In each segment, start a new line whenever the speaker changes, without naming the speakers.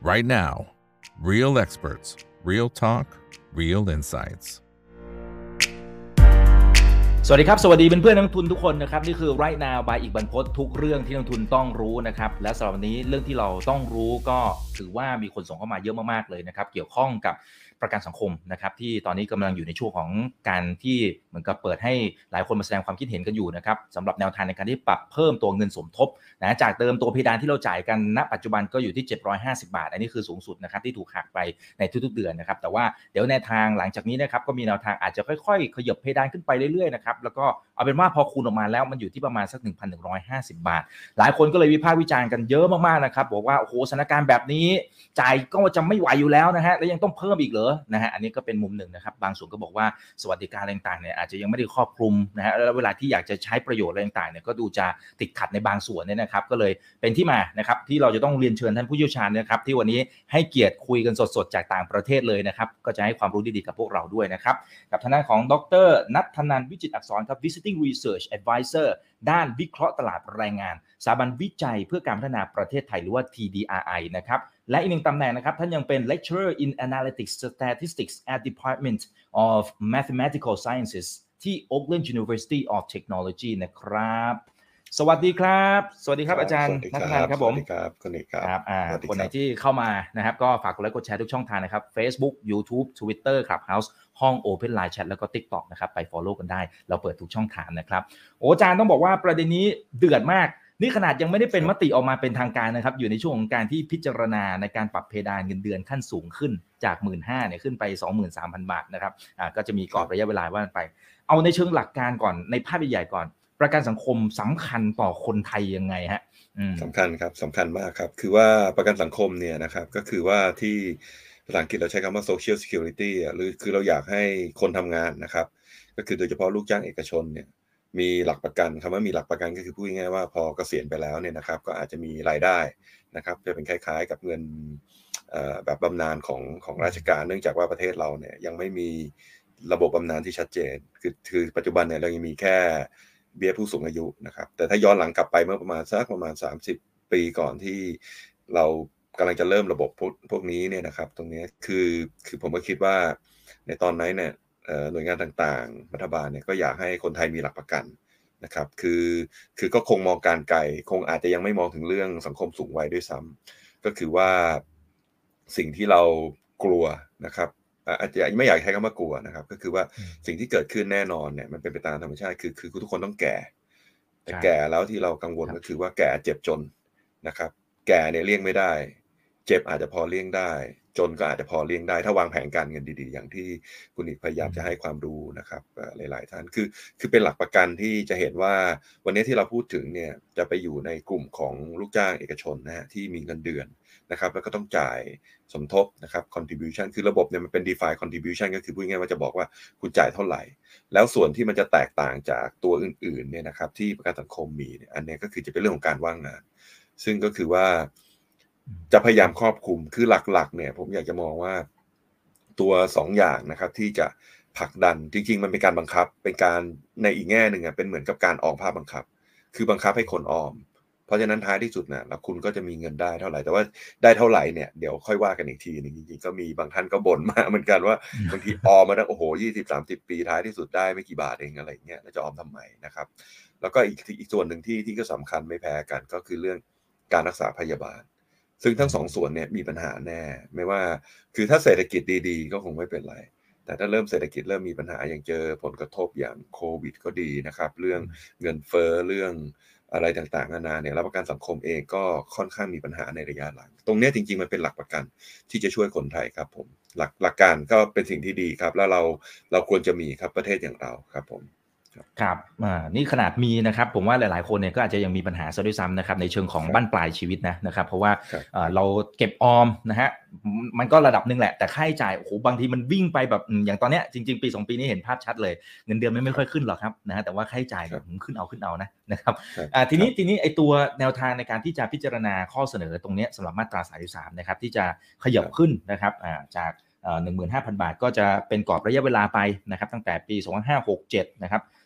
right now. Real experts, real talk, real insights.
สวัสดีครับสวัสดีเพื่อนๆนักลงทุนทุกคนนะครับนี่คือ Right Now by อีกบรรพตทุกเรื่องที่นักลงทุนต้องรู้นะครับและสำหรับวันนี้เรื่องที่เราต้องรู้ก็ถือว่ามีคนส่งเข้ามาเยอะมากๆเลยนะครับเกี่ยวข้องกับประกันสังคมนะครับที่ตอนนี้กำลังอยู่ในช่วงของการที่เหมือนกับเปิดให้หลายคนมาแสดงความคิดเห็นกันอยู่นะครับสำหรับแนวทางในการที่ปรับเพิ่มตัวเงินสมทบนะจากเดิมตัวเพดานที่เราจ่ายกันณปัจจุบันก็อยู่ที่750 บาทอันนี้คือสูงสุดนะครับที่ถูกหักไปในทุกๆเดือนนะครับแต่ว่าเดี๋ยวแนวทางหลังจากนี้นะครับก็มีแนวทางอาจจะค่อยๆขยับเพดานขึ้นไปเรื่อยๆนะครับแล้วก็เอาเป็นว่าพอคูณออกมาแล้วมันอยู่ที่ประมาณสัก 1,150 บาทหลายคนก็เลยวิพากษ์วิจารณ์กันเยอะมากๆนะครับบอกว่าโอ้โหสถานการณ์แบบนี้จ่ายก็จะไม่ไหวอยู่แล้วนะฮะแล้วยังต้องเพิ่มอีกเหรอนะฮะอันนี้ก็เป็นมุมหนึ่งนะครับบางส่วนก็บอกว่าสวัสดิการต่างๆเนี่ยอาจจะยังไม่ได้ครอบคลุมนะฮะแล้วเวลาที่อยากจะใช้ประโยชน์อะไรต่างๆเนี่ยก็ดูจะติดขัดในบางส่วนเนี่ยนะครับก็เลยเป็นที่มานะครับที่เราจะต้องเรียนเชิญท่านผู้เชี่ยวชาญนะครับที่วันนี้ให้เกียรติคุยกันสดๆจากต่างประเทศเลยนะครับก็จะให้ความรู้ดีๆกับพวกเราด้วยนะครับกับทางด้านของดร.ณัฐนันท์ วิจิตรอักษรครับ Visiting Research Advisor ด้านวิเคราะห์ตลาดแรงงานสถาบันวิจัยเพื่อการพัฒนาประเทศไทยหรือว่า TDRI นะครับและอีกหนึ่งตำแหน่งนะครับท่านยังเป็น Lecturer in Analytics Statistics at Department of Mathematical Sciences ที่ Oakland University of Technology นะครับสวัสดีครับสวัสดีครับอาจารย์ณัฐนันท์ครับผม
สวัสดีครับคุณเอกครับ
คนไหนที่เข้ามานะครับก็ฝากกดไลค์กดแชร์ทุกช่องทางนะครับ Facebook YouTube Twitter Clubhouse ห้อง Open Line Chat แล้วก็ TikTok นะครับไป follow กันได้เราเปิดทุกช่องทางนะครับอาจารย์ต้องบอกว่าประเด็นนี้เดือดมากนี่ขนาดยังไม่ได้เป็นมติออกมาเป็นทางการนะครับอยู่ในช่วงของการที่พิจารณาในการปรับเพดานเงินเดือนขั้นสูงขึ้นจาก 15,000 เนี่ยขึ้นไป 23,000 บาทนะครับก็จะมีกรอบระยะเวลาว่าไปเอาในเชิงหลักการก่อนในภาพใหญ่ๆก่อนประกันสังคมสำคัญต่อคนไทยยังไงฮะ
สำคัญครับสำคัญมากครับคือว่าประกันสังคมเนี่ยนะครับก็คือว่าที่ภาษาอังกฤษเราใช้คำว่า social security หรือคือเราอยากให้คนทำงานนะครับก็คือโดยเฉพาะลูกจ้างเอกชนเนี่ยมีหลักประกันคำว่ามีหลักประกันก็คือพูดง่ายๆว่าพอเกษียณไปแล้วเนี่ยนะครับก็อาจจะมีรายได้นะครับจะเป็นคล้ายๆกับเงินแบบบำนาญของราชการเนื่องจากว่าประเทศเราเนี่ยยังไม่มีระบบบำนาญที่ชัดเจนคือปัจจุบันเนี่ยเรายังมีแค่เบี้ยผู้สูงอายุนะครับแต่ถ้าย้อนหลังกลับไปเมื่อประมาณ30 ปีก่อนที่เรากำลังจะเริ่มระบบพวกนี้เนี่ยนะครับตรงนี้คือผมก็คิดว่าในตอนนั้นเนี่ยหน่วยงานต่างๆรัฐบาลเนี่ยก็อยากให้คนไทยมีหลักประกันนะครับคือก็คงมองการไกลคงอาจจะยังไม่มองถึงเรื่องสังคมสูงวัยด้วยซ้ำก็คือว่าสิ่งที่เรากลัวนะครับอาจจะไม่อยากใช้คำว่ากลัวนะครับก็คือว่าสิ่งที่เกิดขึ้นแน่นอนเนี่ยมันเป็นไปตามธรรมชาติคือทุกคนต้องแก่แต่แก่แล้วที่เรากังวลก็คือว่าแก่เจ็บจนนะครับแก่เนี่ยเลี่ยงไม่ได้เจ็บอาจจะพอเลี่ยงได้จนก็อาจจะพอเลี่ยงได้ถ้าวางแผนการเงินดีๆอย่างที่คุณอีกพยายามจะให้ความรู้นะครับหลายๆท่านคือเป็นหลักประกันที่จะเห็นว่าวันนี้ที่เราพูดถึงเนี่ยจะไปอยู่ในกลุ่มของลูกจ้างเอกชนนะฮะที่มีเงินเดือนนะครับแล้วก็ต้องจ่ายสมทบนะครับ contribution คือระบบเนี่ยมันเป็น defined contribution ก็คือพูดง่ายๆว่าจะบอกว่าคุณจ่ายเท่าไหร่แล้วส่วนที่มันจะแตกต่างจากตัวอื่นๆเนี่ยนะครับที่ประกันสังคมมีเนี่ยอันนี้ก็คือจะเป็นเรื่องของการว่างงานซึ่งก็คือว่าจะพยายามครอบคลุมคือหลักๆเนี่ยผมอยากจะมองว่าตัว2อย่างนะครับที่จะผลักดันจริงๆมันเป็นการบังคับเป็นการในอีกแง่หนึ่งเป็นเหมือนกับการออกภาพบังคับคือบังคับให้คนออมเพราะฉะนั้นท้ายที่สุดนะแล้วคุณก็จะมีเงินได้เท่าไหร่แต่ว่าได้เท่าไหร่เนี่ยเดี๋ยวค่อยว่ากันอีกทีนึงจริงๆก็มีบางท่านก็บ่นมาเหมือนกันว่าบางทีออมมาตั้งโอ้โห20-30 ปีท้ายที่สุดได้ไม่กี่บาทเองอะไรเงี้ยแล้วจะออมทำไมนะครับแล้วก็อีกส่วนหนึ่งที่ก็สำคัญไม่แพ้กันก็คือเรื่องการรักษาพยาบาลซึ่งทั้งสองส่วนเนี่ยมีปัญหาแน่ไม่ว่าคือถ้าเศรษฐกิจดีๆก็คงไม่เป็นไรแต่ถ้าเริ่มเศรษฐกิจเริ่มมีปัญหาอย่างเจอผลกระทบอย่างโควิดก็ดีนะครับเรื่องเงินเฟ้อเรื่องอะไรต่างๆนานาเนี่ยแล้วประกันสังคมเองก็ค่อนข้างมีปัญหาในระยะหลังตรงนี้จริงๆมันเป็นหลักประกันที่จะช่วยคนไทยครับผมหลักการก็เป็นสิ่งที่ดีครับแล้วเราควรจะมีครับประเทศอย่างเราครับผม
ครับนี่ขนาดมีนะครับผมว่าหลายๆคนเนี่ยก็อาจจะยังมีปัญหาซะด้วยซ้ำนะครับในเชิงของบั้นปลายชีวิตนะครับเพราะว่าเราเก็บออมนะฮะมันก็ระดับนึงแหละแต่ค่าใช้จ่ายโอ้โหบางทีมันวิ่งไปแบบอย่างตอนเนี้ยจริงๆปี2ปีนี้เห็นภาพชัดเลยเงินเดือนไม่ค่อยขึ้นหรอกครับนะฮะแต่ว่าค่าใช้จ่ายแบบขึ้นเอานะครับทีนี้ไอตัวแนวทางในการที่จะพิจารณาข้อเสนอตรงนี้สำหรับมาตรา33นะครับที่จะขยับขึ้นนะครับจาก 15,000 บาทก็จะเป็นกรอบระยะเวลาไปนะครับตั้งแต่ปี2567นะครับ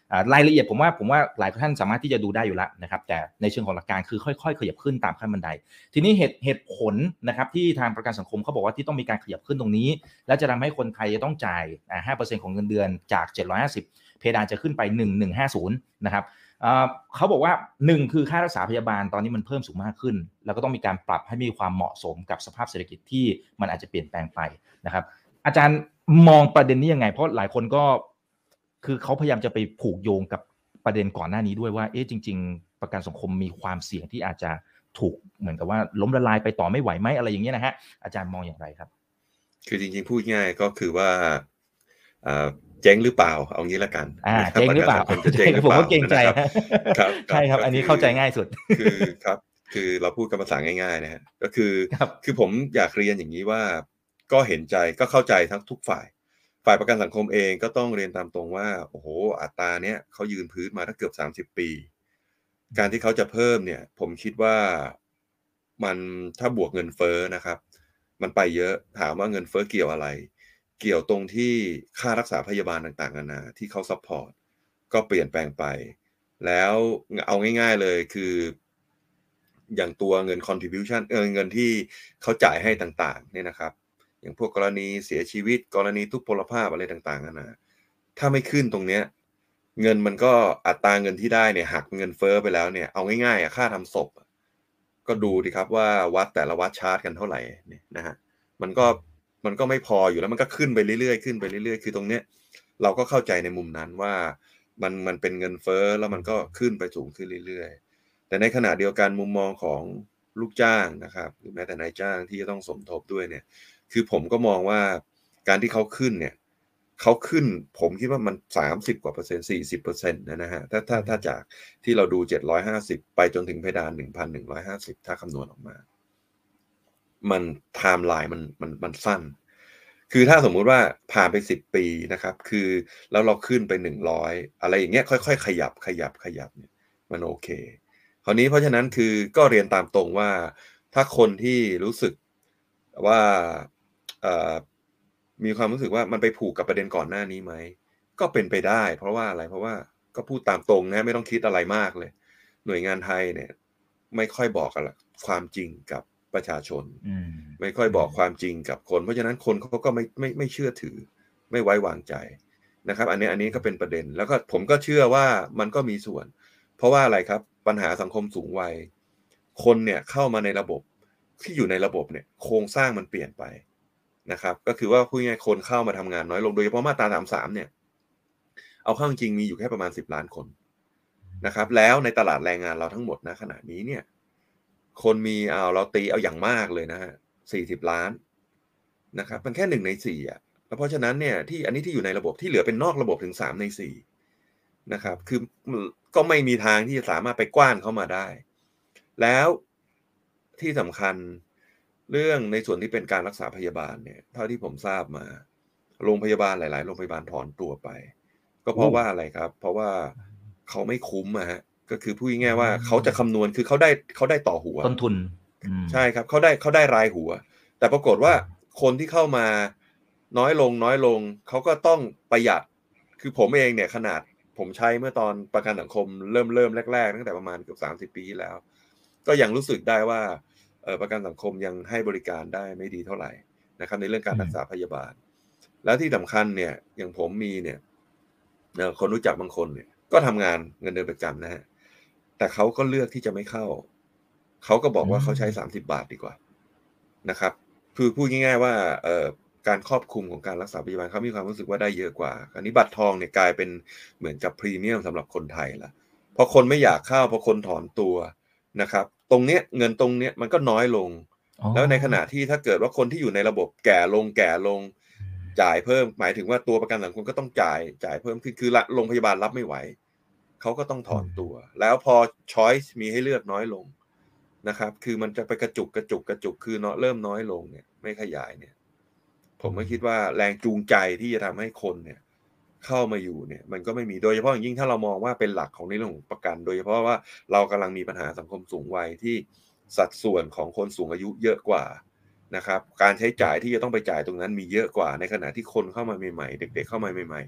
รายละเอียดผมว่าหลายท่านสามารถที่จะดูได้อยู่แล้วนะครับแต่ในเชิงของหลักการคือค่อยๆขยับขึ้นตามขั้นบันไดทีนี้เหตุผลนะครับที่ทางประกันสังคมเขาบอกว่าที่ต้องมีการขยับขึ้นตรงนี้และจะทำให้คนไทยจะต้องจ่าย5% ของเงินเดือนจาก750เพดานจะขึ้นไป1150นะครับเขาบอกว่า1คือค่ารักษาพยาบาลตอนนี้มันเพิ่มสูงมากขึ้นแล้วก็ต้องมีการปรับให้มีความเหมาะสมกับสภาพเศรษฐกิจที่มันอาจจะเปลี่ยนแปลงไปนะครับอาจารย์มองประเด็นนี้ยังไงเพราะหลายคนก็คือเขาพยายามจะไปผูกโยงกับประเด็นก่อนหน้านี้ด้วยว่าจริงๆประกันสังคมมีความเสี่ยงที่อาจจะถูกเหมือนกับว่าล้มละลายไปต่อไม่ไหวไหมอะไรอย่างเงี้ยนะฮะอาจารย์มองอย่างไรครับ
คือจริงๆพูดง่ายก็คือว่าเจ๊งหรือเปล่าเอางี้ละกัน
เจ๊งหรือเปล่า
จะเจ๊งหรือเปล่า
ผมก็เกรงใจ
ครับ
ใช่ครับอันนี้เข้าใจง่ายสุด
คือครับคือเราพูดกันภาษาง่ายๆนะฮะก็คือผมอยากเรียนอย่างนี้ว่าก็เห็นใจก็เข้าใจทั้งทุกฝ่ายประกันสังคมเองก็ต้องเรียนตามตรงว่าโอ้โหอัตราเนี้ยเขายืนพื้นมาตั้งเกือบ30 ปีการที่เขาจะเพิ่มเนี่ยผมคิดว่ามันถ้าบวกเงินเฟ้อนะครับมันไปเยอะถามว่าเงินเฟ้อเกี่ยวอะไรเกี่ยวตรงที่ค่ารักษาพยาบาลต่างๆนานาที่เขาซัพพอร์ตก็เปลี่ยนแปลงไปแล้วเอาง่ายๆเลยคืออย่างตัวเงิน contribution เงินที่เขาจ่ายให้ต่างๆเนี่ยนะครับอย่างพวกกรณีเสียชีวิตกรณีทุพพลภาพอะไรต่างๆนานาถ้าไม่ขึ้นตรงเนี้ยเงินมันก็อัตราเงินที่ได้เนี่ยหักเงินเฟ้อไปแล้วเนี่ยเอาง่ายๆค่าทำศพก็ดูดิครับว่าวัดแต่ละวัดชาร์จกันเท่าไหร่เนี่ยนะฮะมันก็ไม่พออยู่แล้วมันก็ขึ้นไปเรื่อยๆขึ้นไปเรื่อยๆคือตรงเนี้ยเราก็เข้าใจในมุมนั้นว่ามันเป็นเงินเฟ้อแล้วมันก็ขึ้นไปสูงขึ้นเรื่อยๆแต่ในขณะเดียวกันมุมมองของลูกจ้างนะครับหรือแม้แต่นายจ้างที่จะต้องสมทบด้วยเนี่ยคือผมก็มองว่าการที่เขาขึ้นเนี่ยเขาขึ้นผมคิดว่ามัน30กว่าเปอร์เซ็นต์40%นะฮะถ้าจากที่เราดู750ไปจนถึงเพดาน 1,150 ถ้าคำนวณออกมามันไทม์ไลน์มันสั้นคือถ้าสมมุติว่าผ่านไป10 ปีนะครับคือแล้วเราขึ้นไป100อะไรอย่างเงี้ยค่อยๆขยับเนี่ยมันโอเคคราวนี้เพราะฉะนั้นคือก็เรียนตามตรงว่าถ้าคนที่รู้สึกว่ามีความรู้สึกว่ามันไปผูกกับประเด็นก่อนหน้านี้ไหมก็เป็นไปได้เพราะว่าอะไรเพราะว่าก็พูดตามตรงนะไม่ต้องคิดอะไรมากเลยหน่วยงานไทยเนี่ยไม่ค่อยบอกอะไรความจริงกับประชาชนไม่ค่อยบอกความจริงกับคนเพราะฉะนั้นคนเขาก็ไม่เชื่อถือไม่ไว้วางใจนะครับอันนี้ก็เป็นประเด็นแล้วก็ผมก็เชื่อว่ามันก็มีส่วนเพราะว่าอะไรครับปัญหาสังคมสูงวัยคนเนี่ยเข้ามาในระบบที่อยู่ในระบบเนี่ยโครงสร้างมันเปลี่ยนไปนะครับก็คือว่าพูดง่ายๆคนเข้ามาทำงานน้อยลงโดยเฉพาะมาตรา33เนี่ยเอาเข้าจริงมีอยู่แค่ประมาณ10 ล้านคนนะครับแล้วในตลาดแรงงานเราทั้งหมดนะขณะนี้เนี่ยคนมีเราตีเอาอย่างมากเลยนะฮะ40 ล้านนะครับมันแค่1 ใน 4อ่ะแล้วเพราะฉะนั้นเนี่ยที่อันนี้ที่อยู่ในระบบที่เหลือเป็นนอกระบบถึง3 ใน 4นะครับคือก็ไม่มีทางที่จะสามารถไปกว้านเข้ามาได้แล้วที่สำคัญเรื่องในส่วนที่เป็นการรักษาพยาบาลเนี่ยเท่าที่ผมทราบมาโรงพยาบาลหลายๆโรงพยาบาลถอนตัวไปก็เพราะว่าอะไรครับเพราะว่าเขาไม่คุ้มฮะก็คือพูดง่ายๆว่าเขาจะคำนวณคือเขาได้ต่อหัว
ต้นทุน
ใช่ครับเขาได้รายหัวแต่ปรากฏว่าคนที่เข้ามาน้อยลงเขาก็ต้องประหยัดคือผมเองเนี่ยขนาดผมใช้เมื่อตอนประกันสังคมเริ่มแรกๆตั้งแต่ประมาณเกือบ30 ปีที่แล้วก็ยังรู้สึกได้ว่าประกันสังคมยังให้บริการได้ไม่ดีเท่าไหร่นะครับในเรื่องการรักษาพยาบาลแล้วที่สำคัญเนี่ยอย่างผมมีเนี่ยคนรู้จักบางคนเนี่ยก็ทำงานเงินเดือนประจำนะฮะแต่เขาก็เลือกที่จะไม่เข้าเขาก็บอกว่าเขาใช้30 บาทดีกว่านะครับคือพูดง่ายๆว่าการครอบคลุมของการรักษาพยาบาลเขามีความรู้สึกว่าได้เยอะกว่าอันนี้บัตรทองเนี่ยกลายเป็นเหมือนกับพรีเมียมสำหรับคนไทยละพอคนไม่อยากเข้าพอคนถอนตัวนะครับตรงเนี้ยเงินตรงเนี้ยมันก็น้อยลงแล้วในขณะที่ถ้าเกิดว่าคนที่อยู่ในระบบแก่ลงจ่ายเพิ่มหมายถึงว่าตัวประกันสังคมก็ต้องจ่ายเพิ่มคือโรงพยาบาลรับไม่ไหวเขาก็ต้องถอนตัวแล้วพอช้อยส์มีให้เลือกน้อยลงนะครับคือมันจะไปกระจุกคือเริ่มน้อยลงเนี่ยไม่ขยายเนี่ยผมก็คิดว่าแรงจูงใจที่จะทำให้คนเนี่ยเข้ามาอยู่เนี่ยมันก็ไม่มีโดยเฉพาะอย่างยิ่งถ้าเรามองว่าเป็นหลักของในเรื่องของประกันโดยเฉพาะว่าเรากำลังมีปัญหาสังคมสูงวัยที่สัดส่วนของคนสูงอายุเยอะกว่านะครับการใช้จ่ายที่จะต้องไปจ่ายตรงนั้นมีเยอะกว่าในขณะที่คนเข้ามาใหม่ๆเด็กๆเข้ามาใหม่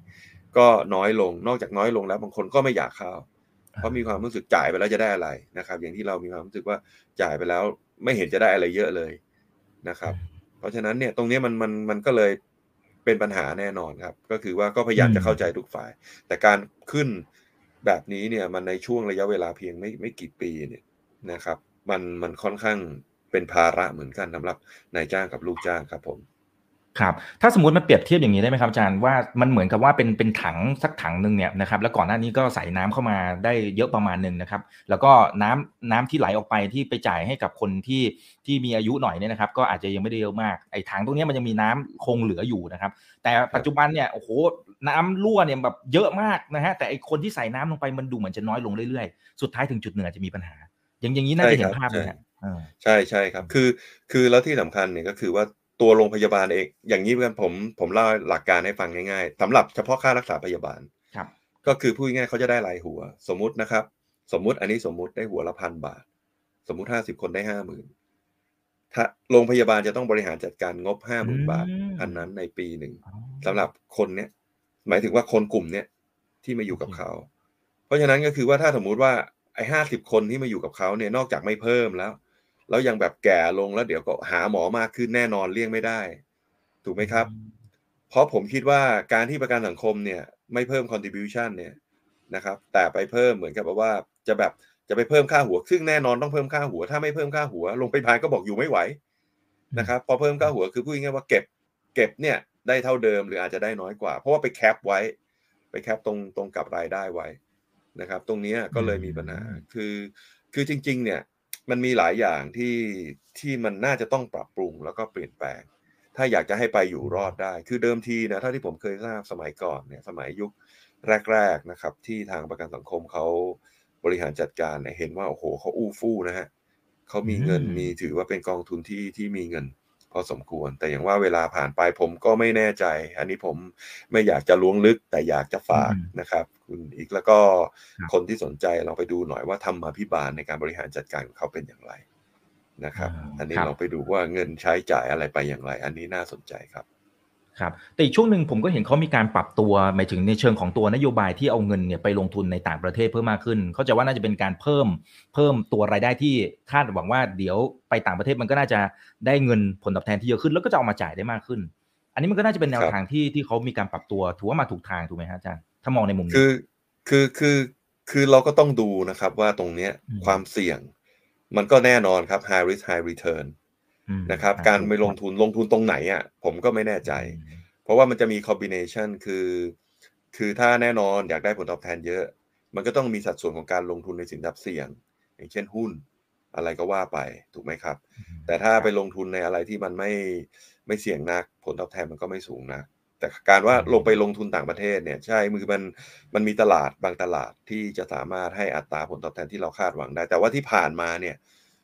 ก็น้อยลงนอกจากน้อยลงแล้วบางคนก็ไม่อยากเข้าเพราะมีความรู้สึกจ่ายไปแล้วจะได้อะไรนะครับอย่างที่เรามีความรู้สึกว่าจ่ายไปแล้วไม่เห็นจะได้อะไรเยอะเลยนะครับเพราะฉะนั้นเนี่ยตรงนี้มันก็เลยเป็นปัญหาแน่นอนครับก็คือว่าก็พยายามจะเข้าใจทุกฝ่ายแต่การขึ้นแบบนี้เนี่ยมันในช่วงระยะเวลาเพียงไม่กี่ปีเนี่ยนะครับมันค่อนข้างเป็นภาระเหมือนกันสำหรับนายจ้างกับลูกจ้างครับผม
ครับถ้าสมมุติมันเปรียบเทียบอย่างนี้ได้ไหมครับอาจารย์ว่ามันเหมือนกับว่าเป็นถังสักถังหนึ่งเนี่ยนะครับแล้วก่อนหน้านี้ก็ใส่น้ำเข้ามาได้เยอะประมาณหนึ่งนะครับแล้วก็น้ำที่ไหลออกไปที่ไปจ่ายให้กับคนที่มีอายุหน่อยเนี่ยนะครับก็อาจจะยังไม่ได้เยอะมากไอ้ถังตรงนี้มันยังมีน้ำคงเหลืออยู่นะครับแต่ปัจจุบันเนี่ยโอ้โหน้ำรั่วเนี่ยแบบเยอะมากนะฮะแต่ไอ้คนที่ใส่น้ำลงไปมันดูเหมือนจะน้อยลงเรื่อยๆสุดท้ายถึงจุดหนึ่งอาจจะมีปัญหาอย่างนี้น่าจะเห็นภาพเลยฮะ
ใช่ครับคือแล้วที่สำคัญเนี่ยก็คือว่าตัวโรงพยาบาลเองอย่างนี้กันผมเล่าหลักการให้ฟังง่ายๆสำหรับเฉพาะค่ารักษาพยาบาล
ครับ
ก็คือพูดง่ายๆเขาจะได้รายหัวสมมุตินะครับสมมุติอันนี้สมมุติได้หัวละ1,000 บาทสมมุติ50 คนได้50,000ถ้าโรงพยาบาลจะต้องบริหารจัดการงบ50,000 บาทอันนั้นในปีหนึ่งสำหรับคนเนี้ยหมายถึงว่าคนกลุ่มเนี้ยที่มาอยู่กับเขาเพราะฉะนั้นก็คือว่าถ้าสมมุติว่าไอ้50 คนที่มาอยู่กับเขาเนี่ยนอกจากไม่เพิ่มแล้วยังแบบแก่ลงแล้วเดี๋ยวก็หาหมอมากขึ้นแน่นอนเลี่ยงไม่ได้ถูกไหมครับเพราะผมคิดว่าการที่ประกันสังคมเนี่ยไม่เพิ่ม contribution เนี่ยนะครับแต่ไปเพิ่มเหมือนกับว่าจะไปเพิ่มค่าหัวซึ่งแน่นอนต้องเพิ่มค่าหัวถ้าไม่เพิ่มค่าหัวโรงพยาบาลก็บอกอยู่ไม่ไหวนะครับพอเพิ่มค่าหัวคือพูดง่ายๆว่าเก็บเนี่ยได้เท่าเดิมหรืออาจจะได้น้อยกว่าเพราะว่าไปแคปไว้ไปแคปตรงกับรายได้ไว้นะครับตรงนี้ก็เลยมีปัญหาคือจริงๆเนี่ยมันมีหลายอย่างที่มันน่าจะต้องปรับปรุงแล้วก็เปลี่ยนแปลงถ้าอยากจะให้ไปอยู่รอดได้คือเดิมทีนะเท่าที่ผมเคยทราบสมัยก่อนเนี่ยสมัยยุคแรกๆนะครับที่ทางประกันสังคมเขาบริหารจัดการเนี่ยเห็นว่าโอ้โหเขาอู้ฟู่นะฮะเขามีเงินมีถือว่าเป็นกองทุนที่มีเงินพอสมควรแต่อย่างว่าเวลาผ่านไปผมก็ไม่แน่ใจอันนี้ผมไม่อยากจะล้วงลึกแต่อยากจะฝากนะครับคุณอีกแล้วก็คนที่สนใจลองไปดูหน่อยว่าธรรมาภิบาลในการบริหารจัดการของเขาเป็นอย่างไรนะครับอันนี้ลองไปดูว่าเงินใช้จ่ายอะไรไปอย่างไรอันนี้น่าสนใจครับ
ครับแต่อีกช่วงหนึ่งผมก็เห็นเขามีการปรับตัวหมายถึงในเชิงของตัวนโยบายที่เอาเงินเนี่ยไปลงทุนในต่างประเทศเพิ่มมากขึ้นเข้าใจว่าน่าจะเป็นการเพิ่มตัวรายได้ที่คาดหวังว่าเดี๋ยวไปต่างประเทศมันก็น่าจะได้เงินผลตอบแทนที่เยอะขึ้นแล้วก็จะเอามาจ่ายได้มากขึ้นอันนี้มันก็น่าจะเป็นแนวทางที่เขามีการปรับตัวถือว่ามาถูกทางถูกไหมฮะอาจารย์ถ้ามองในมุมนี้
คือเราก็ต้องดูนะครับว่าตรงเนี้ยความเสี่ยงมันก็แน่นอนครับ high risk high return นะครับการไปลงทุนตรงไหนอ่ะผมก็ไม่แน่ใจเพราะว่ามันจะมี combination คือถ้าแน่นอนอยากได้ผลตอบแทนเยอะมันก็ต้องมีสัดส่วนของการลงทุนในสินทรัพย์เสี่ยงอย่างเช่นหุ้นอะไรก็ว่าไปถูกไหมครับแต่ถ้าไปลงทุนในอะไรที่มันไม่เสี่ยงนักผลตอบแทนมันก็ไม่สูงนักแต่การว่าลงไปลงทุนต่างประเทศเนี่ยใช่มันมีตลาดบางตลาดที่จะสามารถให้อัตราผลตอบแทนที่เราคาดหวังได้แต่ว่าที่ผ่านมาเนี่ย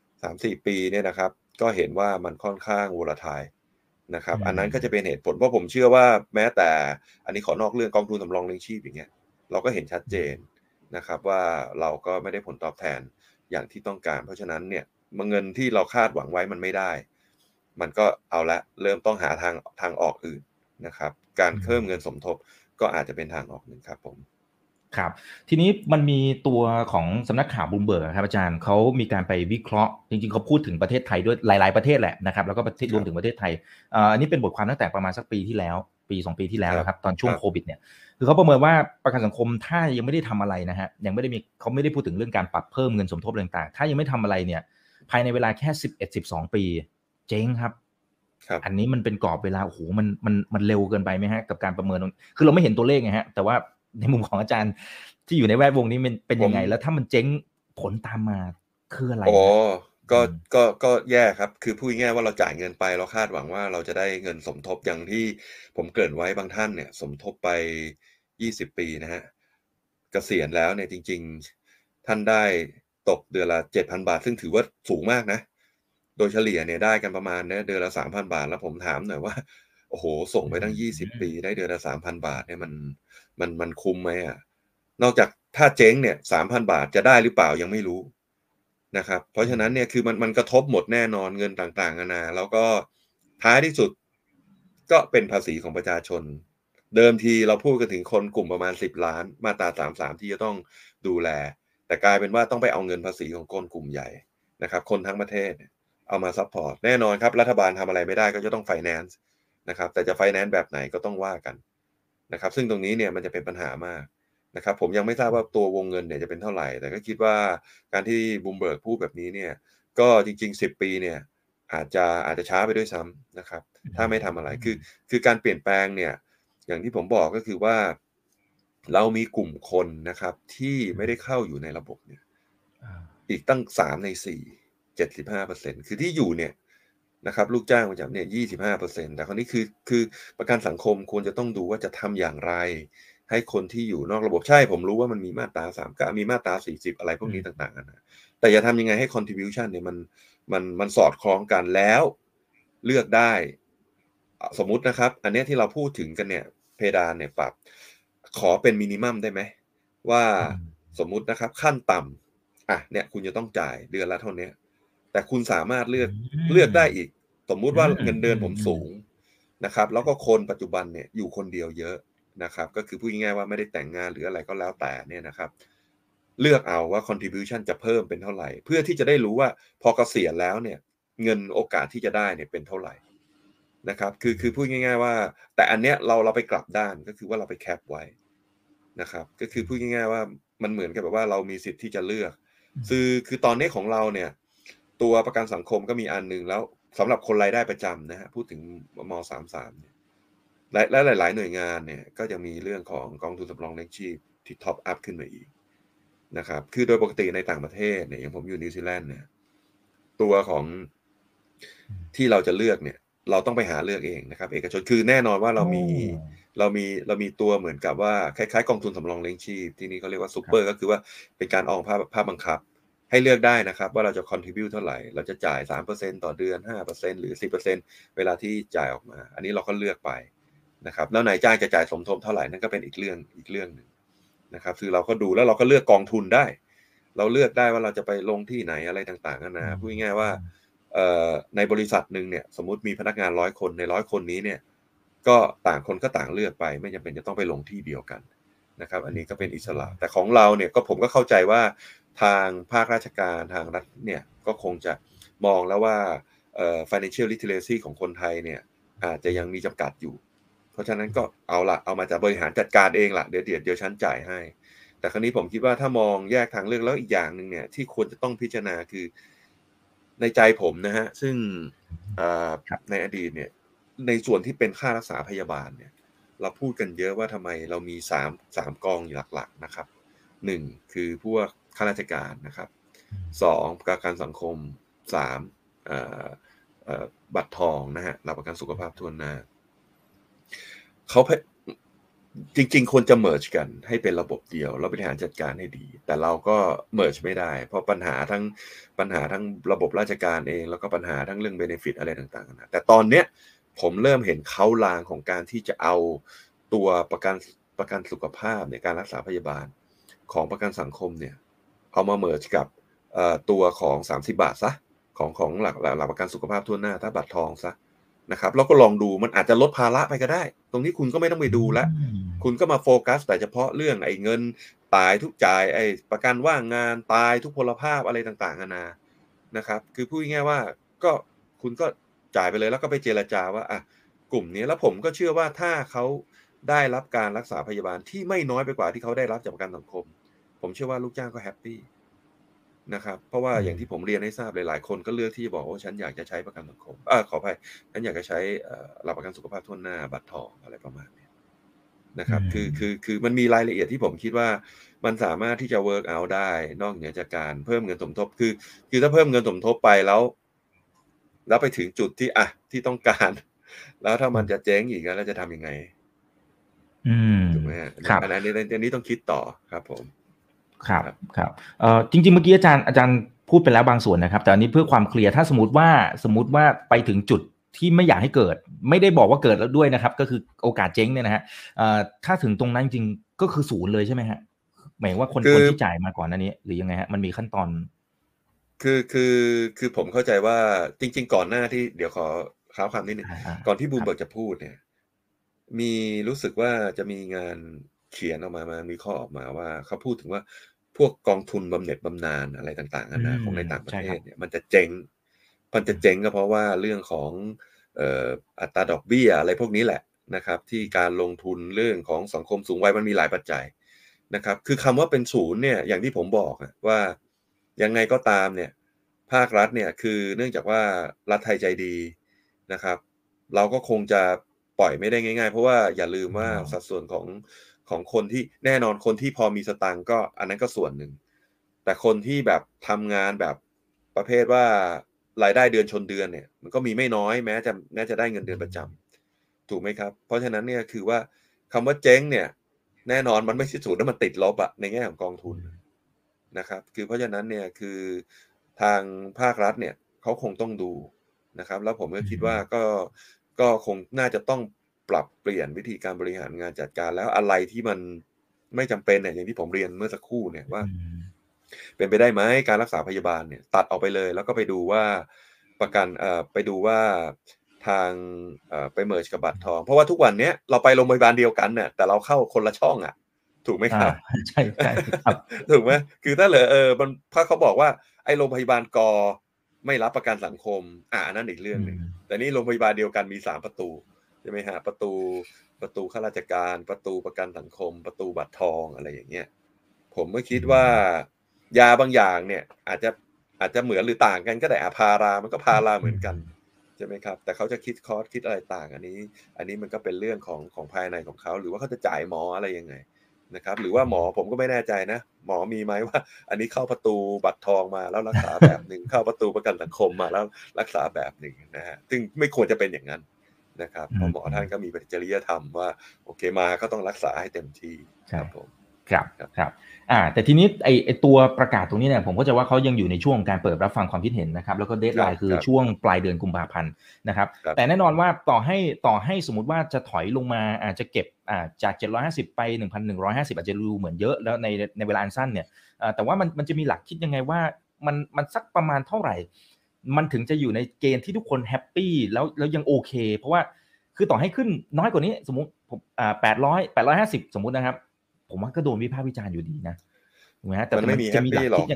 3-4 ปีเนี่ยนะครับก็เห็นว่ามันค่อนข้าง volatile นะครับอันนั้นก็จะเป็นเหตุผลเพราะผมเชื่อว่าแม้แต่อันนี้ขอนอกเรื่องกองทุนสำรองเลี้ยงชีพอย่างเงี้ยเราก็เห็นชัดเจนนะครับว่าเราก็ไม่ได้ผลตอบแทนอย่างที่ต้องการเพราะฉะนั้นเนี่ยเงินที่เราคาดหวังไว้มันไม่ได้มันก็เอาละเริ่มต้องหาทางออกอื่นนะครับการเพิ่มเงินสมทบก็อาจจะเป็นทางออกหนึ่งครับผม
ครับทีนี้มันมีตัวของสำนักข่าวบลูมเบิร์กครับอาจารย์เขามีการไปวิเคราะห์จริงๆเขาพูดถึงประเทศไทยด้วยหลายๆประเทศแหละนะครับแล้วก็รวมถึงประเทศไทยอันนี้เป็นบทความตั้งแต่ประมาณสักปีที่แล้วปี2ปีที่แล้วนะครับตอนช่วงโควิดเนี่ยคือเขาประเมินว่าประกันสังคมถ้ายังไม่ได้ทำอะไรนะฮะยังไม่ได้มีเขาไม่ได้พูดถึงเรื่องการปรับเพิ่มเงินสมทบต่างๆถ้ายังไม่ทำอะไรเนี่ยภายในเวลาแค่11-12 ปีเจ๊งครับอันนี้มันเป็นกรอบเวลาโอ้โหมันเร็วเกินไปไหมฮะกับการประเมินคือเราไม่เห็นตัวเลขไงฮะแต่ว่าในมุมของอาจารย์ที่อยู่ในแวดวงนี้มันเป็นยังไงแล้วถ้ามันเจ๊งผลตามมาคืออะไร
อ๋อก็แย่ครับคือพูดง่ายๆว่าเราจ่ายเงินไปเราคาดหวังว่าเราจะได้เงินสมทบอย่างที่ผมเกริ่นไว้บางท่านเนี่ยสมทบไป20 ปีนะฮะเกษียณแล้วเนี่ยจริงๆท่านได้ตกเดือนละ 7,000 บาทซึ่งถือว่าสูงมากนะโดยเฉลี่ยเนี่ยได้กันประมาณเนี่ยเดือนละ 3,000 บาทแล้วผมถามหน่อยว่าโอ้โหส่งไปตั้ง20 ปีได้เดือนละ 3,000 บาทเนี่ยมันคุ้มไหมอ่ะนอกจากถ้าเจ๊งเนี่ย 3,000 บาทจะได้หรือเปล่ายังไม่รู้นะครับเพราะฉะนั้นเนี่ยคือมันกระทบหมดแน่นอนเงินต่างๆนานาแล้วก็ท้ายที่สุดก็เป็นภาษีของประชาชนเดิมทีเราพูดกันถึงคนกลุ่มประมาณ10 ล้านมาตรา33ที่จะต้องดูแลแต่กลายเป็นว่าต้องไปเอาเงินภาษีของคนกลุ่มใหญ่นะครับคนทั้งประเทศเอามาซัพพอร์ตแน่นอนครับรัฐบาลทำอะไรไม่ได้ก็จะต้องไฟแนนซ์นะครับแต่จะไฟแนนซ์แบบไหนก็ต้องว่ากันนะครับซึ่งตรงนี้เนี่ยมันจะเป็นปัญหามากนะครับผมยังไม่ทราบว่าตัววงเงินเนี่ยจะเป็นเท่าไหร่แต่ก็คิดว่าการที่บูมเบิร์กพูดแบบนี้เนี่ยก็จริงๆ10 ปีเนี่ยอาจจะช้าไปด้วยซ้ำนะครับถ้าไม่ทำอะไรคือการเปลี่ยนแปลงเนี่ยอย่างที่ผมบอกก็คือว่าเรามีกลุ่มคนนะครับที่ไม่ได้เข้าอยู่ในระบบเนี่ยอีกตั้ง3 ใน 4 75%คือที่อยู่เนี่ยนะครับลูกจ้างประจำเนี่ย25%แต่คราวนี้คือประกันสังคมควรจะต้องดูว่าจะทำอย่างไรให้คนที่อยู่นอกระบบใช่ผมรู้ว่ามันมีมาตรา39มีมาตรา40อะไรพวกนี้ต่างๆนะแต่อย่าทำยังไงให้ contribution เนี่ยมันสอดคล้องกันแล้วเลือกได้สมมุตินะครับอันนี้ที่เราพูดถึงกันเนี่ยเพดานเนี่ยปรับขอเป็นมินิมัมได้ไหมว่าสมมุตินะครับขั้นต่ำเนี่ยคุณจะต้องจ่ายเดือนละเท่านี้แต่คุณสามารถเลือกได้อีกสมมุติว่าเงินเดือนผมสูงนะครับแล้วก็คนปัจจุบันเนี่ยอยู่คนเดียวเยอะนะครับก็คือพูดง่ายๆว่าไม่ได้แต่งงานหรืออะไรก็แล้วแต่เนี่ยนะครับเลือกเอาว่า contribution จะเพิ่มเป็นเท่าไหร่เพื่อที่จะได้รู้ว่าพอเกษียณแล้วเนี่ยเงินโอกาสที่จะได้เนี่ยเป็นเท่าไหร่นะครับคือพูดง่ายๆว่าแต่อันเนี้ยเราไปกลับด้านก็คือว่าเราไปแคปไว้นะครับก็คือพูดง่ายๆว่ามันเหมือนกับแบบว่าเรามีสิทธิ์ที่จะเลือกคือตอนนี้ของเราเนี่ยตัวประกันสังคมก็มีอันนึงแล้วสำหรับคนรายได้ประจำนะฮะพูดถึงม.33เนี่ยและหลายๆหน่วยงานเนี่ยก็จะมีเรื่องของกองทุนสำรองเลี้ยงชีพที่ท็อปอัพขึ้นมาอีกนะครับคือโดยปกติในต่างประเทศเนี่ยอย่างผมอยู่นิวซีแลนด์เนี่ยตัวของที่เราจะเลือกเนี่ยเราต้องไปหาเลือกเองนะครับเอกชนคือแน่นอนว่าเรามีตัวเหมือนกับว่าคล้ายๆกองทุนสำรองเลี้ยงชีพที่นี่เขาเรียกว่าซูเปอร์ก็คือว่าเป็นการออมภาคบังคับให้เลือกได้นะครับว่าเราจะ contribute เท่าไหร่เราจะจ่าย 3% ต่อเดือน 5% หรือ 10% เวลาที่จ่ายออกมาอันนี้เราก็เลือกไปนะครับแล้วนายจ้างจะจ่ายสมทบเท่าไหร่นั่นก็เป็นอีกเรื่องนึงนะครับคือเราก็ดูแล้วเราก็เลือกกองทุนได้เราเลือกได้ว่าเราจะไปลงที่ไหนอะไรต่างๆนะพูดง่ายๆว่าในบริษัทหนึ่งเนี่ยสมมุติมีพนักงาน100 คนใน100 คนนี้เนี่ยก็ต่างคนก็ต่างเลือกไปไม่จำเป็นจะต้องไปลงที่เดียวกันนะครับอันนี้ก็เป็นอิสระแต่ของเราเนี่ยก็ผมก็เข้าใจว่าทางภาคราชการทางรัฐเนี่ยก็คงจะมองแล้วว่าfinancial literacy ของคนไทยเนี่ยอาจจะยังมีจำกัดอยู่เพราะฉะนั้นก็เอามาจากบริหารจัดการเองล่ะเดี๋ยวฉันจ่ายให้แต่คราวนี้ผมคิดว่าถ้ามองแยกทางเลือกแล้วอีกอย่างนึงเนี่ยที่ควรจะต้องพิจารณาคือในใจผมนะฮะซึ่งในอดีตเนี่ยในส่วนที่เป็นค่ารักษาพยาบาลเนี่ยเราพูดกันเยอะว่าทำไมเรามี3กองหลักๆนะครับ1คือพวกข้าราชการนะครับ2ประกันสังคม3บัตรทองนะฮะหลักประกันสุขภาพทั่วหน้าเขาจริงๆควรจะ merge กันให้เป็นระบบเดียวแล้วบริหารจัดการให้ดีแต่เราก็ merge ไม่ได้เพราะปัญหาทั้งระบบราชการเองแล้วก็ปัญหาทั้งเรื่อง benefit อะไรต่างๆนะแต่ตอนเนี้ยผมเริ่มเห็นเขาลางของการที่จะเอาตัวประกันสุขภาพในการรักษาพยาบาลของประกันสังคมเนี่ยเอามา merge กับตัวของ30 บาทซะของหลักประกันสุขภาพทั่วหน้าถ้าบัตรทองซะนะครับแล้วก็ลองดูมันอาจจะลดภาระไปก็ได้ตรงนี้คุณก็ไม่ต้องไปดูแล้วคุณก็มาโฟกัสแต่เฉพาะเรื่องไอ้เงินตายทุกจ่ายไอ้ประกันว่างงานตายทุกพลภาพอะไรต่างๆนานานะครับคือพูดง่ายๆว่าก็คุณก็จ่ายไปเลยแล้วก็ไปเจรจาว่ากลุ่มนี้แล้วผมก็เชื่อว่าถ้าเขาได้รับการรักษาพยาบาลที่ไม่น้อยไปกว่าที่เขาได้รับจากประกันสังคมผมเชื่อว่าลูกจ้างก็แฮปปี้นะครับเพราะว่าอย่างที่ผมเรียนให้ทราบหลายๆคนก็เลือกที่จะบอกว่าฉันอยากจะใช้ประกันสังคมขออภัยฉันอยากจะใช้หลักประกันสุขภาพทั่วหน้าบัตรทองอะไรประมาณนี้นะครับคือมันมีรายละเอียดที่ผมคิดว่ามันสามารถที่จะ work out ได้นอกเหนือจากการเพิ่มเงินสมทบคือถ้าเพิ่มเงินสมทบไปแล้วไปถึงจุดที่ต้องการแล้วถ้ามันจะเจ๊งอีกแล้วจะทำยังไงถูกไหมครับอันนี้ต้องคิดต่อครับผม
ครับจริงๆเมื่อกี้อาจารย์พูดไปแล้วบางส่วนนะครับแต่อันนี้เพื่อความเคลียร์ถ้าสมมติว่าไปถึงจุดที่ไม่อยากให้เกิดไม่ได้บอกว่าเกิดแล้วด้วยนะครับก็คือโอกาสเจ๊งเนี่ยนะฮะถ้าถึงตรงนั้นจริงก็คือศูนย์เลยใช่ไหมฮะหมายว่าคนที่จ่ายมาก่อนนั้นนี้หรือยังไงฮะมันมีขั้นตอน
คือผมเข้าใจว่าจริงๆก่อนหน้าที่เดี๋ยวขอค้าวความนิดนึงก่อนที่บูมเบิร์กจะพูดเนี่ยมีรู้สึกว่าจะมีงานเขียนออกมามีข้อออกมาว่าเขาพูดถึงว่าพวกกองทุนบำเหน็จบำนาญอะไรต่างๆนะของในต่างประเทศเนี่ยมันจะเจ๊งก็เพราะว่าเรื่องของอัตราดอกเบี้ยอะไรพวกนี้แหละนะครับที่การลงทุนเรื่องของสังคมสูงวัยมันมีหลายปัจจัยนะครับคือคำว่าเป็นศูนย์เนี่ยอย่างที่ผมบอกว่ายังไงก็ตามเนี่ยภาครัฐเนี่ยคือเนื่องจากว่ารัฐไทยใจดีนะครับเราก็คงจะปล่อยไม่ได้ง่ายๆเพราะว่าอย่าลืมว่าสัดส่วนของคนที่แน่นอนคนที่พอมีสตังค์ก็อันนั้นก็ส่วนหนึ่งแต่คนที่แบบทำงานแบบประเภทว่ารายได้เดือนชนเดือนเนี่ยมันก็มีไม่น้อยแม้จะได้เงินเดือนประจำถูกไหมครับเพราะฉะนั้นเนี่ยคือว่าคำว่าเจ๊งเนี่ยแน่นอนมันไม่ใช่ศูนย์แล้วมันติดลบในแง่ของกองทุนนะครับคือเพราะฉะนั้นเนี่ยคือทางภาครัฐเนี่ยเขาคงต้องดูนะครับแล้วผมก็คิดว่าก็คงน่าจะต้องปรับเปลี่ยนวิธีการบริหารงานจัดการแล้วอะไรที่มันไม่จำเป็นเนี่ยอย่างที่ผมเรียนเมื่อสักครู่เนี่ยว่าเป็นไปได้ไหมการรักษาพยาบาลเนี่ยตัดออกไปเลยแล้วก็ไปดูว่าประกันไปดูว่าทางไปเมิร์จกับบัตรทองเพราะว่าทุกวันนี้เราไปโรงพยาบาลเดียวกันเนี่ยแต่เราเข้าคนละช่องถูกไหมครับ
ใช่ใช่ครับ
ถูกไหมคือถ้าเหลือมันถ้าเขาบอกว่าไอ้โรงพยาบาลกไม่รับประกันสังคมนั่นอีกเรื่องหนึ่งแต่นี่โรงพยาบาลเดียวกันมี3ประตูใช่ไหมฮะประตูข้าราชการประตูประกันสังคมประตูบัตรทองอะไรอย่างเงี้ยผมก็คิดว่ายาบางอย่างเนี่ยอาจจะเหมือนหรือต่างกันก็ได้พารามันก็พาราเหมือนกันใช่ไหมครับแต่เขาจะคิดคอร์สคิดอะไรต่างอันนี้มันก็เป็นเรื่องของภายในของเขาหรือว่าเขาจะจ่ายหมออะไรยังไงนะครับหรือว่าหมอผมก็ไม่แน่ใจนะหมอมีไหมว่าอันนี้เข้าประตูบัตรทองมาแล้วรักษาแบบหนึ่ง เข้าประตูประกันสังคมมาแล้วรักษาแบบหนึ่งนะฮะซึ่งไม่ควรจะเป็นอย่างนั้นนะครับเพราะหมอท่านก็มีจริยธรรมว่าโอเคมาก็ต้องรักษาให้เต็มที่ครับผม
ครับแต่ทีนี้ไอตัวประกาศตรงนี้เนี่ยผมก็จะว่าเขายังอยู่ในช่วงการเปิดรับฟังความคิดเห็นนะครับแล้วก็เดดไลน์คือช่วงปลายเดือนกุมภาพันธ์นะครับแต่แน่นอนว่าต่อให้สมมุติว่าจะถอยลงมาอาจจะเก็บจาก750ไป 1,150 อาจจะดูเหมือนเยอะแล้วในเวลาอันสั้นเนี่ยแต่ว่ามันจะมีหลักคิดยังไงว่ามันสักประมาณเท่าไหร่มันถึงจะอยู่ในเกณฑ์ที่ทุกคนแฮปปี้แล้วยังโอเคเพราะว่าคือต่อให้ขึ้นน้อยกว่านี้สมมุติผม850สมมุตินะครับผมว่าก็โดนวิพากษ์วิจารณ์อยู่ดีนะถูกไหมฮะแต่
มันไม่มีแฮปปี้หรอก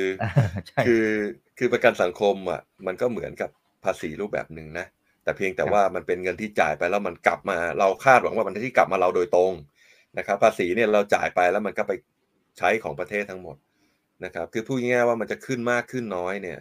คือประกันสังคมมันก็เหมือนกับภาษีรูปแบบหนึ่งนะแต่เพียงแต่ว่ามันเป็นเงินที่จ่ายไปแล้วมันกลับมาเราคาดหวังว่ามันที่กลับมาเราโดยตรงนะครับภาษีเนี่ยเราจ่ายไปแล้วมันก็ไปใช้ของประเทศทั้งหมดนะครับคือพูดง่ายๆว่ามันจะขึ้นมากขึ้นน้อยเนี่ย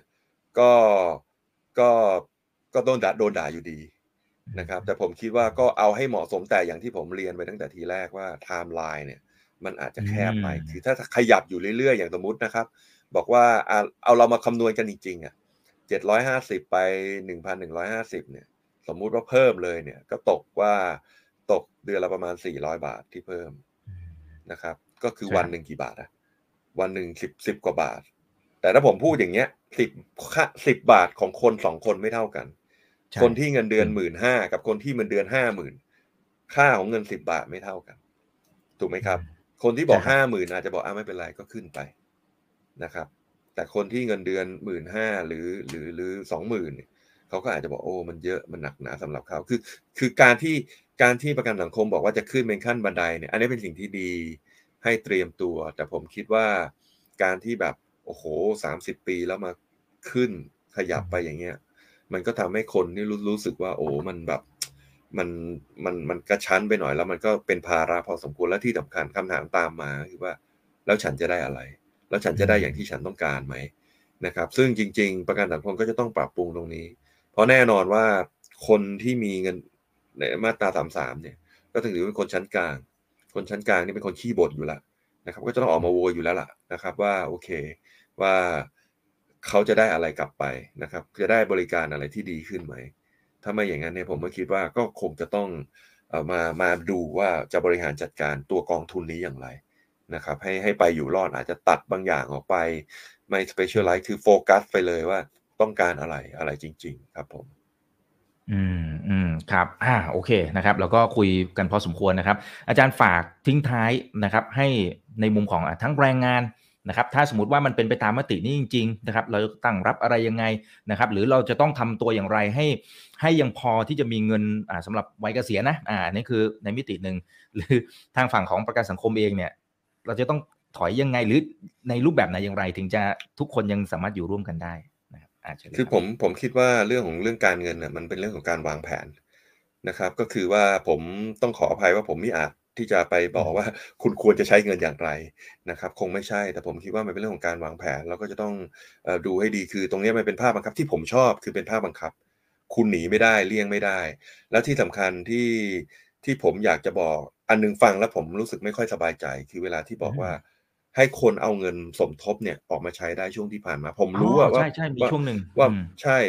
ก็โดนด่าอยู่ดีนะครับแต่ผมคิดว่าก็เอาให้เหมาะสมแต่อย่างที่ผมเรียนไปตั้งแต่ทีแรกว่าไทม์ไลน์เนี่ยมันอาจจะแคบไปคือถ้าขยับอยู่เรื่อยๆอย่างสมมุตินะครับบอกว่าเอาเรามาคำนวณกันจริงๆ750ไป1,150เนี่ยสมมุติว่าเพิ่มเลยเนี่ยก็ตกเดือนละประมาณ400 บาทที่เพิ่มนะครับก็คือวันหนึ่งกี่บาทวันหนึ่ง10กว่าบาทแต่ถ้าผมพูดอย่างเงี้ย10 บาทของคน2คนไม่เท่ากันคนที่เงินเดือน 15,000 กับคนที่เงินเดือน 50,000 ค่าของเงิน10 บาทไม่เท่ากันถูกไหมครับคนที่บอก 50,000 อาจจะบอกไม่เป็นไรก็ขึ้นไปนะครับแต่คนที่เงินเดือน 15,000 หรือ 20,000 เขาก็อาจจะบอกโอ้มันเยอะมันหนักหนาสำหรับเขาคือการที่ประกันสังคมบอกว่าจะขึ้นเป็นขั้นบันไดเนี่ยอันนี้เป็นสิ่งที่ดีให้เตรียมตัวแต่ผมคิดว่าการที่แบบโอ้โห30 ปีแล้วมาขึ้นขยับไปอย่างเงี้ยมันก็ทำให้คนนี่รู้สึกว่าโอ้มันแบบมันกระชั้นไปหน่อยแล้วมันก็เป็นภาระพอสมควรและที่สำคัญคำถามตามมาคือว่าแล้วฉันจะได้อะไรแล้วฉันจะได้อย่างที่ฉันต้องการไหมนะครับซึ่งจริงๆประกันสังคมก็จะต้องปรับปรุงตรงนี้เพราะแน่นอนว่าคนที่มีเงินในมาตรา33เนี่ยก็ถือเป็นคนชั้นกลางนี่เป็นคนขี้บ่นอยู่แล้วนะครับก็จะต้องออกมาโวยอยู่แล้วล่ะนะครับว่าโอเคว่าเขาจะได้อะไรกลับไปนะครับจะได้บริการอะไรที่ดีขึ้นไหมถ้าไม่อย่างนั้นเนี่ยผมก็คิดว่าก็คงจะต้องมาดูว่าจะบริหารจัดการตัวกองทุนนี้อย่างไรนะครับให้ไปอยู่รอดอาจจะตัดบางอย่างออกไปไม่ specialize คือโฟกัสไปเลยว่าต้องการอะไรจริงๆครับผม
ครับโอเคนะครับแล้วก็คุยกันพอสมควรนะครับอาจารย์ฝากทิ้งท้ายนะครับให้ในมุมของทั้งแรงงานนะครับถ้าสมมติว่ามันเป็นไปตามมตินี้จริงๆนะครับเราจะตั้งรับอะไรยังไงนะครับหรือเราจะต้องทำตัวอย่างไรให้ยังพอที่จะมีเงินสำหรับวัยเกษียณนะนี่คือในมิติหนึ่งหรือทางฝั่งของประกันสังคมเองเนี่ยเราจะต้องถอยยังไงหรือในรูปแบบไหนอย่างไรถึงจะทุกคนยังสามารถอยู่ร่วมกันได้นะครับ
คือผมคิดว่าเรื่องการเงินน่ะมันเป็นเรื่องของการวางแผนนะครับก็คือว่าผมต้องขออภัยว่าผมไม่อาจที่จะไปบอกว่าคุณควรจะใช้เงินอย่างไรนะครับคงไม่ใช่แต่ผมคิดว่ามันเป็นเรื่องของการวางแผนแล้วก็จะต้องดูให้ดีคือตรงนี้มันเป็นภาคบังคับที่ผมชอบคือเป็นภาคบังคับคุณหนีไม่ได้เลี่ยงไม่ได้แล้วที่สำคัญที่ผมอยากจะบอกอันนึงฟังแล้วผมรู้สึกไม่ค่อยสบายใจคือเวลาที่บอกว่าให้คนเอาเงินสมทบเนี่ยออกมาใช้ได้ช่วงที่ผ่านมาผมรู้ว่า
ใช่มีช่วงหนึ่ง
ว่าใช่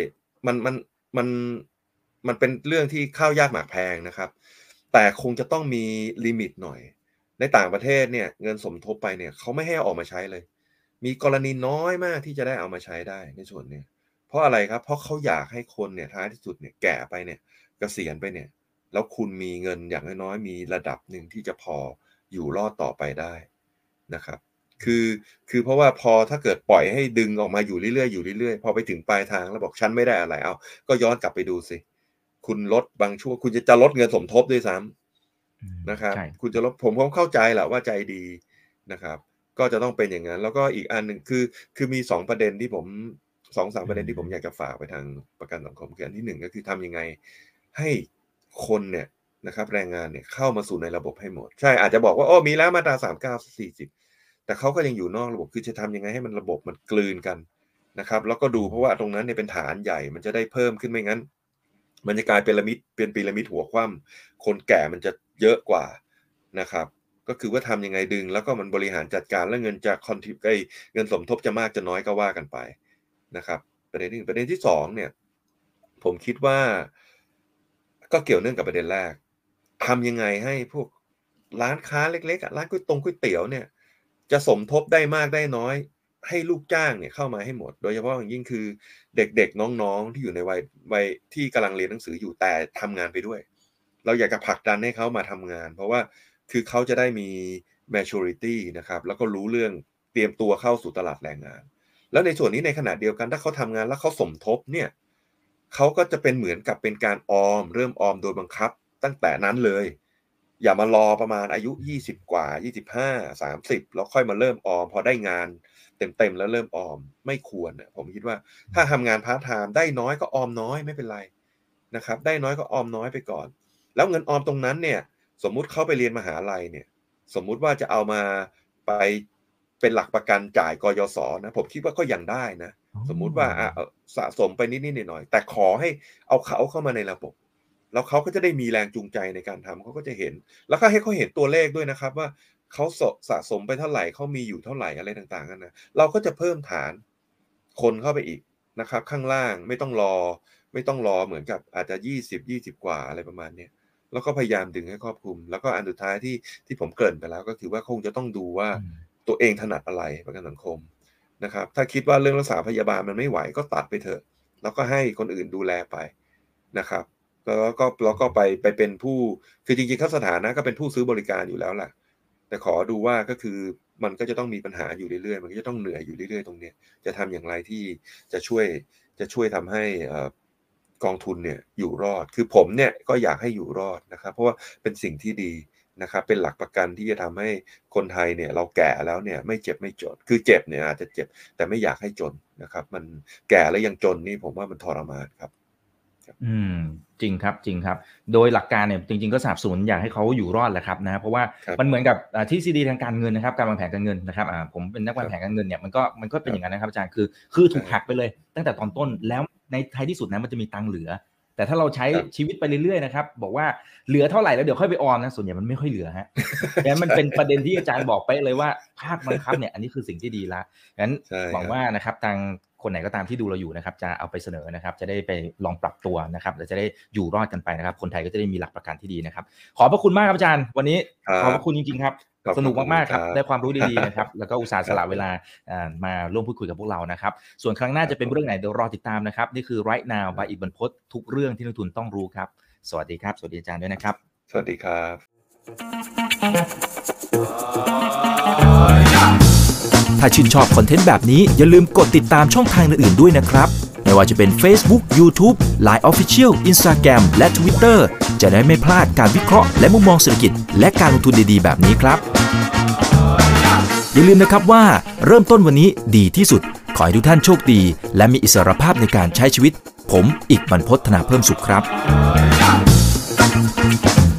มันเป็นเรื่องที่ข้าวยากหมากแพงนะครับแต่คงจะต้องมีลิมิตหน่อยในต่างประเทศเนี่ยเงินสมทบไปเนี่ยเขาไม่ให้เอาออกมาใช้เลยมีกรณีน้อยมากที่จะได้เอามาใช้ได้ในส่วนนี้เพราะอะไรครับเพราะเขาอยากให้คนเนี่ยท้ายที่สุดเนี่ยแก่ไปเนี่ยเกษียณไปเนี่ยแล้วคุณมีเงินอย่างน้อยๆมีระดับหนึ่งที่จะพออยู่รอดต่อไปได้นะครับคือเพราะว่าพอถ้าเกิดปล่อยให้ดึงออกมาอยู่เรื่อยๆพอไปถึงปลายทางแล้วบอกฉันไม่ได้อะไรก็ย้อนกลับไปดูสิคุณลดบางช่วงคุณจะลดเงินสมทบด้วยซ้ำนะครับคุณจะลดผมเข้าใจแหละว่าใจดีนะครับก็จะต้องเป็นอย่างนั้นแล้วก็อีกอันหนึ่งคือมี2ประเด็นที่ผม 2-3 ประเด็นที่ผมอยากจะฝากไปทางประกันสังคมคืออันที่1ก็คือทำยังไงให้คนเนี่ยนะครับแรงงานเนี่ยเข้ามาสู่ในระบบให้หมดใช่อาจจะบอกว่าโอ้มีแล้วมาตรา39 40แต่เขาก็ยังอยู่นอกระบบคือจะทำยังไงให้มันระบบมันกลืนกันนะครับแล้วก็ดูเพราะว่าตรงนั้นเนี่ยเป็นฐานใหญ่มันจะได้เพิ่มขึ้นไม่งั้นมันจะกลายเป็นพีระมิดหัวคว่ำคนแก่มันจะเยอะกว่านะครับก็คือว่าทำยังไงดึงแล้วก็มันบริหารจัดการแล้วเงินจะเงินสมทบจะมากจะน้อยก็ว่ากันไปนะครับประเด็นที่2เนี่ยผมคิดว่าก็เกี่ยวเนื่องกับประเด็นแรกทำยังไงให้พวกร้านค้าเล็กๆร้านก๋วยเตี๋ยวเนี่ยจะสมทบได้มากได้น้อยให้ลูกจ้างเนี่ยเข้ามาให้หมดโดยเฉพาะอย่างยิ่งคือเด็กๆน้องๆที่อยู่ในวัยที่กำลังเรียนหนังสืออยู่แต่ทำงานไปด้วยเราอยากจะผลักดันให้เขามาทำงานเพราะว่าคือเขาจะได้มี maturity นะครับแล้วก็รู้เรื่องเตรียมตัวเข้าสู่ตลาดแรงงานแล้วในส่วนนี้ในขณะเดียวกันถ้าเขาทำงานแล้วเขาสมทบเนี่ยเขาก็จะเป็นเหมือนกับเป็นการเริ่มออมโดยบังคับตั้งแต่นั้นเลยอย่ามารอประมาณอายุ20กว่า25 30แล้วค่อยมาเริ่มออมพอได้งานเต็มแล้วเริ่มออมไม่ควรผมคิดว่าถ้าทำงานพาร์ทไทม์ได้น้อยก็ออมน้อยไม่เป็นไรนะครับได้น้อยก็ออมน้อยไปก่อนแล้วเงินออมตรงนั้นเนี่ยสมมุติเขาไปเรียนมหาลัยเนี่ยสมมุติว่าจะเอามาไปเป็นหลักประกันจ่ายกยศนะผมคิดว่าก็ยังได้นะสมมุติว่าสะสมไปนิดๆหน่อยๆแต่ขอให้เอาเขาเข้ามาในระบบแล้วเขาก็จะได้มีแรงจูงใจในการทำเขาก็จะเห็นแล้วก็ให้เขาเห็นตัวเลขด้วยนะครับว่าเขาสะสมไปเท่าไหร่เขามีอยู่เท่าไหร่อะไรต่างๆกันนะเราก็จะเพิ่มฐานคนเข้าไปอีกนะครับข้างล่างไม่ต้องรอเหมือนกับอาจจะ20กว่าอะไรประมาณนี้แล้วก็พยายามดึงให้ครอบคลุมแล้วก็อันสุดท้ายที่ผมเกริ่นไปแล้วก็คือว่าคงจะต้องดูว่าตัวเองถนัดอะไรประกันสังคมนะครับถ้าคิดว่าเรื่องรักษาพยาบาลมันไม่ไหวก็ตัดไปเถอะแล้วก็ให้คนอื่นดูแลไปนะครับแล้วก็ไปเป็นผู้คือจริงๆเขาสถานะก็เป็นผู้ซื้อบริการอยู่แล้วแหละแต่ขอดูว่าก็คือมันก็จะต้องมีปัญหาอยู่เรื่อยๆมันก็จะต้องเหนื่อยอยู่เรื่อยๆตรงนี้จะทำอย่างไรที่จะช่วยทำให้กองทุนเนี่ยอยู่รอดคือผมเนี่ยก็อยากให้อยู่รอดนะครับเพราะว่าเป็นสิ่งที่ดีนะครับเป็นหลักประกันที่จะทำให้คนไทยเนี่ยเราแก่แล้วเนี่ยไม่เจ็บไม่จนคือเจ็บเนี่ยอาจจะเจ็บแต่ไม่อยากให้จนนะครับมันแก่แล้วยังจนนี่ผมว่ามันทรมานครับ
จริงครับโดยหลักการเนี่ยจริงๆก็สนับสนุนอยากให้เขาอยู่รอดแหละครับนะเพราะว่ามันเหมือนกับทฤษฎีทางการเงินนะครับการวางแผนการเงินนะครับผมเป็นนักวางแผนการเงินเนี่ยมันก็เป็นอย่างนั้นนะครับอาจารย์คือถูกหักไปเลยตั้งแต่ตอนต้นแล้วในท้ายที่สุดนะมันจะมีตังค์เหลือแต่ถ้าเราใช้ชีวิตไปเรื่อยๆนะครับบอกว่าเหลือเท่าไหร่แล้วเดี๋ยวค่อยไปออมนะส่วนใหญ่มันไม่ค่อยเหลือฮะงั้นมันเป็นประเด็นที่อาจารย์บอกไปเลยว่าภาคบังคับเนี่ยอันนี้คือสิ่งที่ดีละงั้นหวังว่านะครับทางคนไหนก็ตามที่ดูเราอยู่นะครับจะเอาไปเสนอนะครับจะได้ไปลองปรับตัวนะครับและจะได้อยู่รอดกันไปนะครับคนไทยก็จะได้มีหลักประกันที่ดีนะครับขอบพระคุณมากครับอาจารย์วันนี้ขอบพระคุณจริงๆครับสนุกมากๆครับได้ความรู้ดีๆนะครับแล้วก็อุตส่าห์สละเวลามาร่วมพูดคุยกับพวกเรานะครับส่วนครั้งหน้าจะเป็นเรื่องไหนเดี๋ยวรอติดตามนะครับนี่คือ Right Now by อีกบรรพตทุกเรื่องที่นักทุนต้องรู้ครับสวัสดีครับสวัสดีอาจารย์ด้วยนะครับ
สวัสดีครับ
ถ้าชื่นชอบคอนเทนต์แบบนี้อย่าลืมกดติดตามช่องทางอื่นๆด้วยนะครับไม่ว่าจะเป็น Facebook, YouTube, Line Official, Instagram และ Twitter จะได้ไม่พลาดการวิเคราะห์และมุมมองเศรษฐกิจและการลงทุนดีๆแบบนี้ครับอย่าลืมนะครับว่าเริ่มต้นวันนี้ดีที่สุดขอให้ทุกท่านโชคดีและมีอิสรภาพในการใช้ชีวิตผมอีกบรรพต ธนาเพิ่มสุขครับ